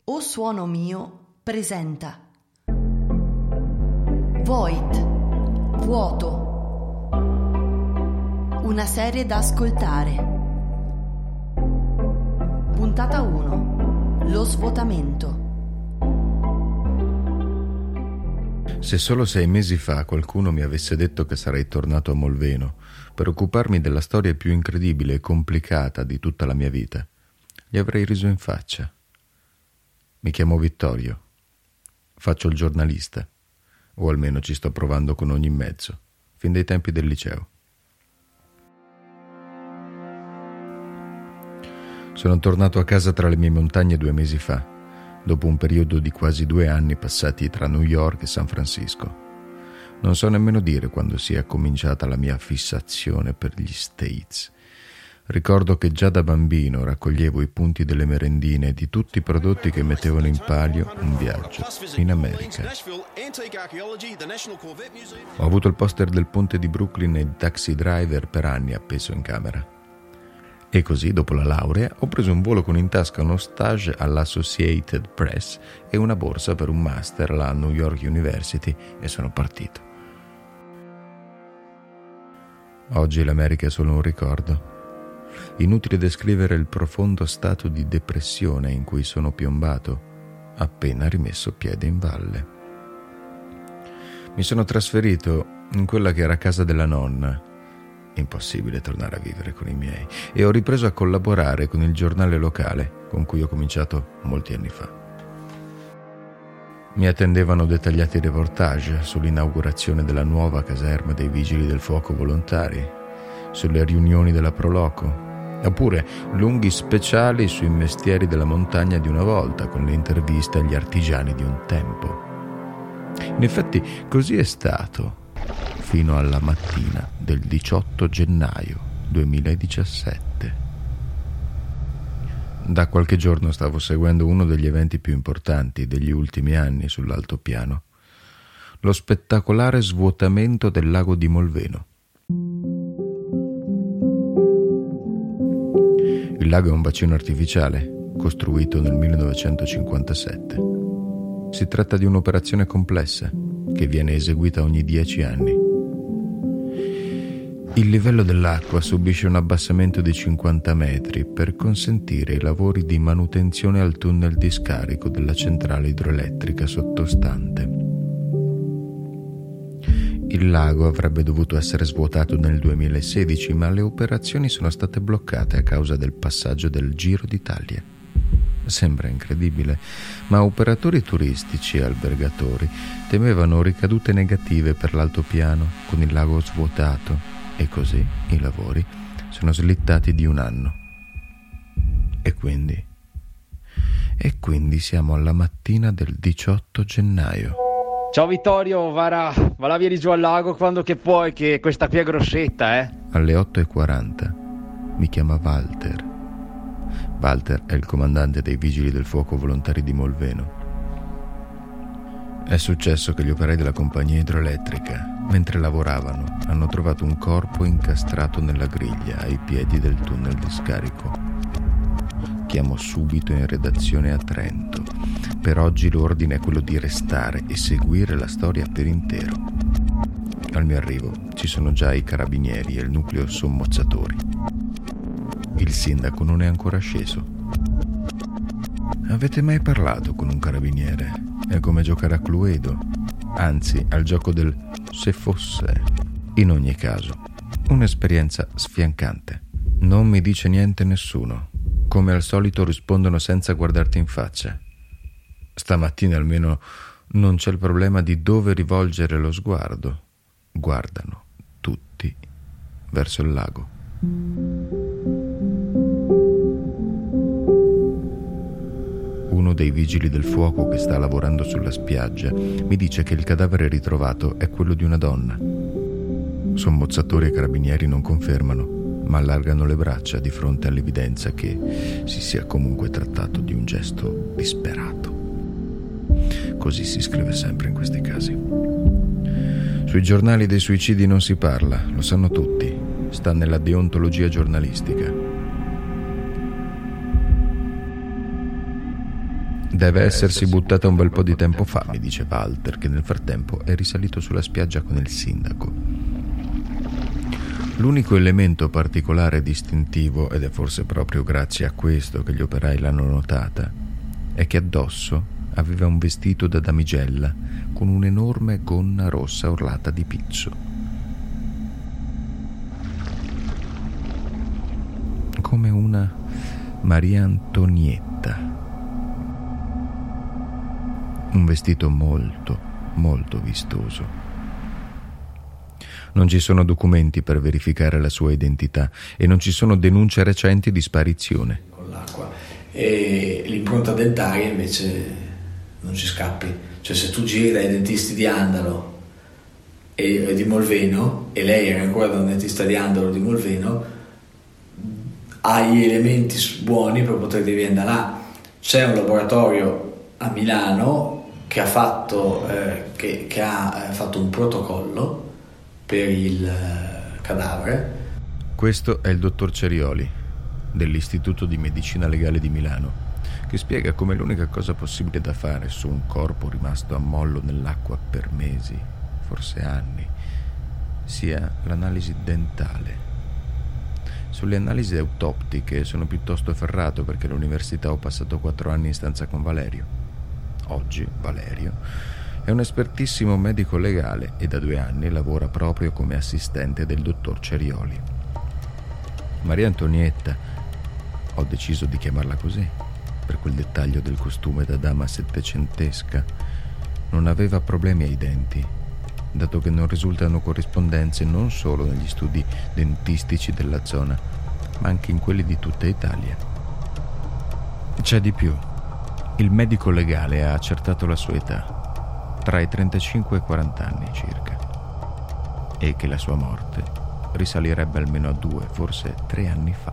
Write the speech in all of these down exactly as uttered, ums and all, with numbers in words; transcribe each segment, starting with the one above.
O Suono Mio presenta Void, vuoto, una serie da ascoltare. Puntata uno, lo svuotamento. Se solo sei mesi fa qualcuno mi avesse detto che sarei tornato a Molveno per occuparmi della storia più incredibile e complicata di tutta la mia vita, gli avrei riso in faccia. Mi chiamo Vittorio, faccio il giornalista, o almeno ci sto provando con ogni mezzo, fin dai tempi del liceo. Sono tornato a casa tra le mie montagne due mesi fa, dopo un periodo di quasi due anni passati tra New York e San Francisco. Non so nemmeno dire quando sia cominciata la mia fissazione per gli States. Ricordo che già da bambino raccoglievo i punti delle merendine e di tutti i prodotti che mettevano in palio un viaggio in America. Ho avuto il poster del ponte di Brooklyn e il Taxi Driver per anni appeso in camera. E così, dopo la laurea, ho preso un volo con in tasca uno stage all'Associated Press e una borsa per un master alla New York University e sono partito. Oggi l'America è solo un ricordo. Inutile descrivere il profondo stato di depressione in cui sono piombato appena rimesso piede in valle. Mi sono trasferito in quella che era casa della nonna. Impossibile tornare a vivere con i miei, e ho ripreso a collaborare con il giornale locale con cui ho cominciato molti anni fa. Mi attendevano dettagliati reportage sull'inaugurazione della nuova caserma dei Vigili del Fuoco volontari, sulle riunioni della Proloco, oppure lunghi speciali sui mestieri della montagna di una volta, con le interviste agli artigiani di un tempo. In effetti così è stato fino alla mattina del diciotto gennaio duemiladiciassette. Da qualche giorno stavo seguendo uno degli eventi più importanti degli ultimi anni sull'altopiano, lo spettacolare svuotamento del lago di Molveno. Il lago è un bacino artificiale, costruito nel millenovecentocinquantasette. Si tratta di un'operazione complessa, che viene eseguita ogni dieci anni. Il livello dell'acqua subisce un abbassamento di cinquanta metri per consentire i lavori di manutenzione al tunnel di scarico della centrale idroelettrica sottostante. Il lago avrebbe dovuto essere svuotato nel duemilasedici, ma le operazioni sono state bloccate a causa del passaggio del Giro d'Italia. Sembra incredibile, ma operatori turistici e albergatori temevano ricadute negative per l'altopiano con il lago svuotato, e così i lavori sono slittati di un anno. E quindi? E quindi siamo alla mattina del diciotto gennaio. Ciao Vittorio, va, va la via di giù al lago quando che puoi, che questa qui è grossetta, eh? Alle otto e quaranta mi chiama Walter. Walter è il comandante dei Vigili del Fuoco volontari di Molveno. È successo che gli operai della compagnia idroelettrica, mentre lavoravano, hanno trovato un corpo incastrato nella griglia ai piedi del tunnel di scarico. Chiamo subito in redazione a Trento. Per oggi l'ordine è quello di restare e seguire la storia per intero. Al mio arrivo ci sono già i carabinieri e il nucleo sommozzatori. Il sindaco non è ancora sceso. Avete mai parlato con un carabiniere? È come giocare a Cluedo, anzi al gioco del se fosse. In ogni caso, un'esperienza sfiancante. Non mi dice niente nessuno. Come al solito rispondono senza guardarti in faccia. Stamattina almeno non c'è il problema di dove rivolgere lo sguardo. Guardano tutti verso il lago. Uno dei vigili del fuoco che sta lavorando sulla spiaggia mi dice che il cadavere ritrovato è quello di una donna. Sommozzatori e carabinieri non confermano, ma allargano le braccia di fronte all'evidenza che si sia comunque trattato di un gesto disperato. Così si scrive sempre in questi casi. Sui giornali dei suicidi non si parla, lo sanno tutti, sta nella deontologia giornalistica. Deve essersi buttata un bel po' di tempo fa, mi dice Walter, che nel frattempo è risalito sulla spiaggia con il sindaco. L'unico elemento particolare e distintivo, ed è forse proprio grazie a questo che gli operai l'hanno notata, è che addosso aveva un vestito da damigella con un'enorme gonna rossa orlata di pizzo. Come una Maria Antonietta. Un vestito molto, molto vistoso. Non ci sono documenti per verificare la sua identità e non ci sono denunce recenti di sparizione. Con l'acqua. E l'impronta dentaria invece non ci scappi. Cioè, se tu giri dai dentisti di Andalo e di Molveno, e lei era ancora da un dentista di Andalo di Molveno, hai gli elementi buoni per poter dire da là. C'è un laboratorio a Milano che ha fatto eh, che, che ha fatto un protocollo per il eh, cadavere. Questo è il dottor Cerioli dell'Istituto di Medicina Legale di Milano, che spiega come l'unica cosa possibile da fare su un corpo rimasto a mollo nell'acqua per mesi, forse anni, sia l'analisi dentale. Sulle analisi autoptiche sono piuttosto ferrato, perché all'università ho passato quattro anni in stanza con Valerio. Oggi Valerio è un espertissimo medico legale e da due anni lavora proprio come assistente del dottor Cerioli. Maria Antonietta, ho deciso di chiamarla così, per quel dettaglio del costume da dama settecentesca, non aveva problemi ai denti, dato che non risultano corrispondenze non solo negli studi dentistici della zona, ma anche in quelli di tutta Italia. C'è di più. Il medico legale ha accertato la sua età, tra i trentacinque e i quaranta anni circa, e che la sua morte risalirebbe almeno a due, forse tre anni fa.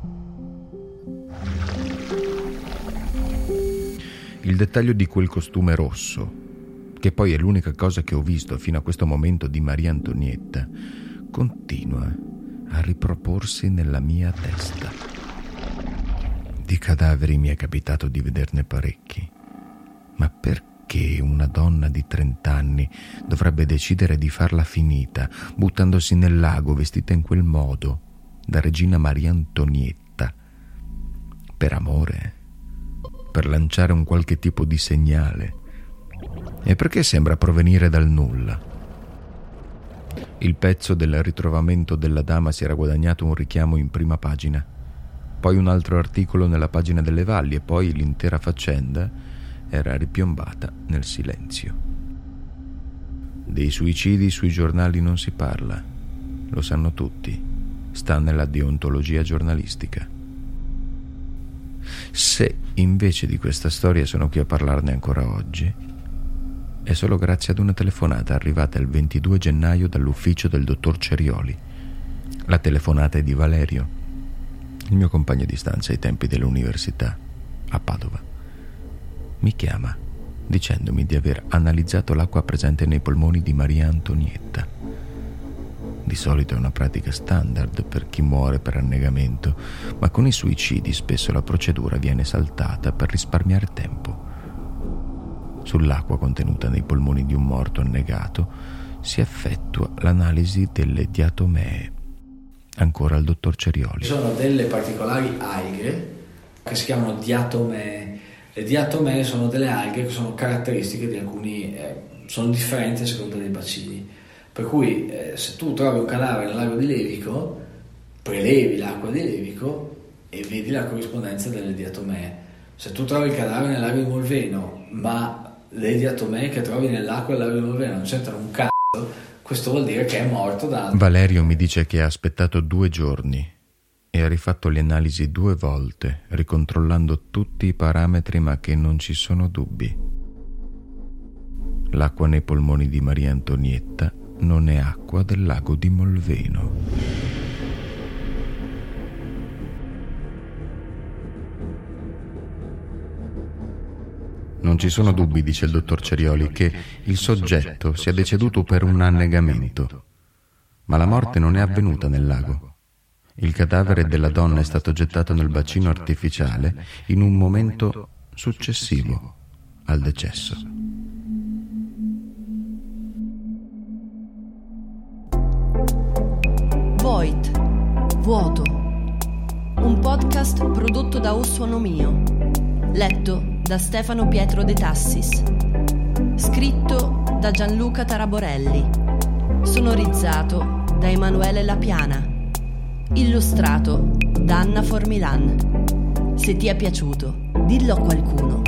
Il dettaglio di quel costume rosso, che poi è l'unica cosa che ho visto fino a questo momento di Maria Antonietta, continua a riproporsi nella mia testa. Di cadaveri mi è capitato di vederne parecchi, ma perché una donna di trent'anni dovrebbe decidere di farla finita buttandosi nel lago vestita in quel modo da regina Maria Antonietta? Per amore? Per lanciare un qualche tipo di segnale? E perché sembra provenire dal nulla? Il pezzo del ritrovamento della dama si era guadagnato un richiamo in prima pagina, poi un altro articolo nella pagina delle valli e poi l'intera faccenda era ripiombata nel silenzio. Dei suicidi sui giornali non si parla, lo sanno tutti, sta nella deontologia giornalistica. Se invece di questa storia sono qui a parlarne ancora oggi, è solo grazie ad una telefonata arrivata il ventidue gennaio dall'ufficio del dottor Cerioli. La telefonata è di Valerio, il mio compagno di stanza ai tempi dell'università, a Padova. Mi chiama dicendomi di aver analizzato l'acqua presente nei polmoni di Maria Antonietta. Di solito è una pratica standard per chi muore per annegamento, ma con i suicidi spesso la procedura viene saltata per risparmiare tempo. Sull'acqua contenuta nei polmoni di un morto annegato si effettua l'analisi delle diatomee. Ancora il dottor Cerioli. Ci sono delle particolari alghe che si chiamano diatomee. Le diatomee sono delle alghe che sono caratteristiche di alcuni, eh, sono differenti a seconda dei bacilli. Per cui eh, se tu trovi un cadavere nel lago di Levico, prelevi l'acqua di Levico e vedi la corrispondenza delle diatomee. Se tu trovi il cadavere nel lago di Molveno, ma le diatomee che trovi nell'acqua del lago di Molveno non c'entrano un cazzo, questo vuol dire che è morto da... Valerio mi dice che ha aspettato due giorni e ha rifatto le analisi due volte, ricontrollando tutti i parametri, ma che non ci sono dubbi. L'acqua nei polmoni di Maria Antonietta non è acqua del lago di Molveno. Non ci sono dubbi, dice il dottor Cerioli, che il soggetto sia deceduto per un annegamento, ma la morte non è avvenuta nel lago. Il cadavere della donna è stato gettato nel bacino artificiale in un momento successivo al decesso. Void, vuoto. Un podcast prodotto da O Suono Mio. Letto da Stefano Pietro De Tassis. Scritto da Gianluca Taraborelli. Sonorizzato da Emanuele Lapiana. Illustrato da Anna Formilan. Se ti è piaciuto, dillo a qualcuno.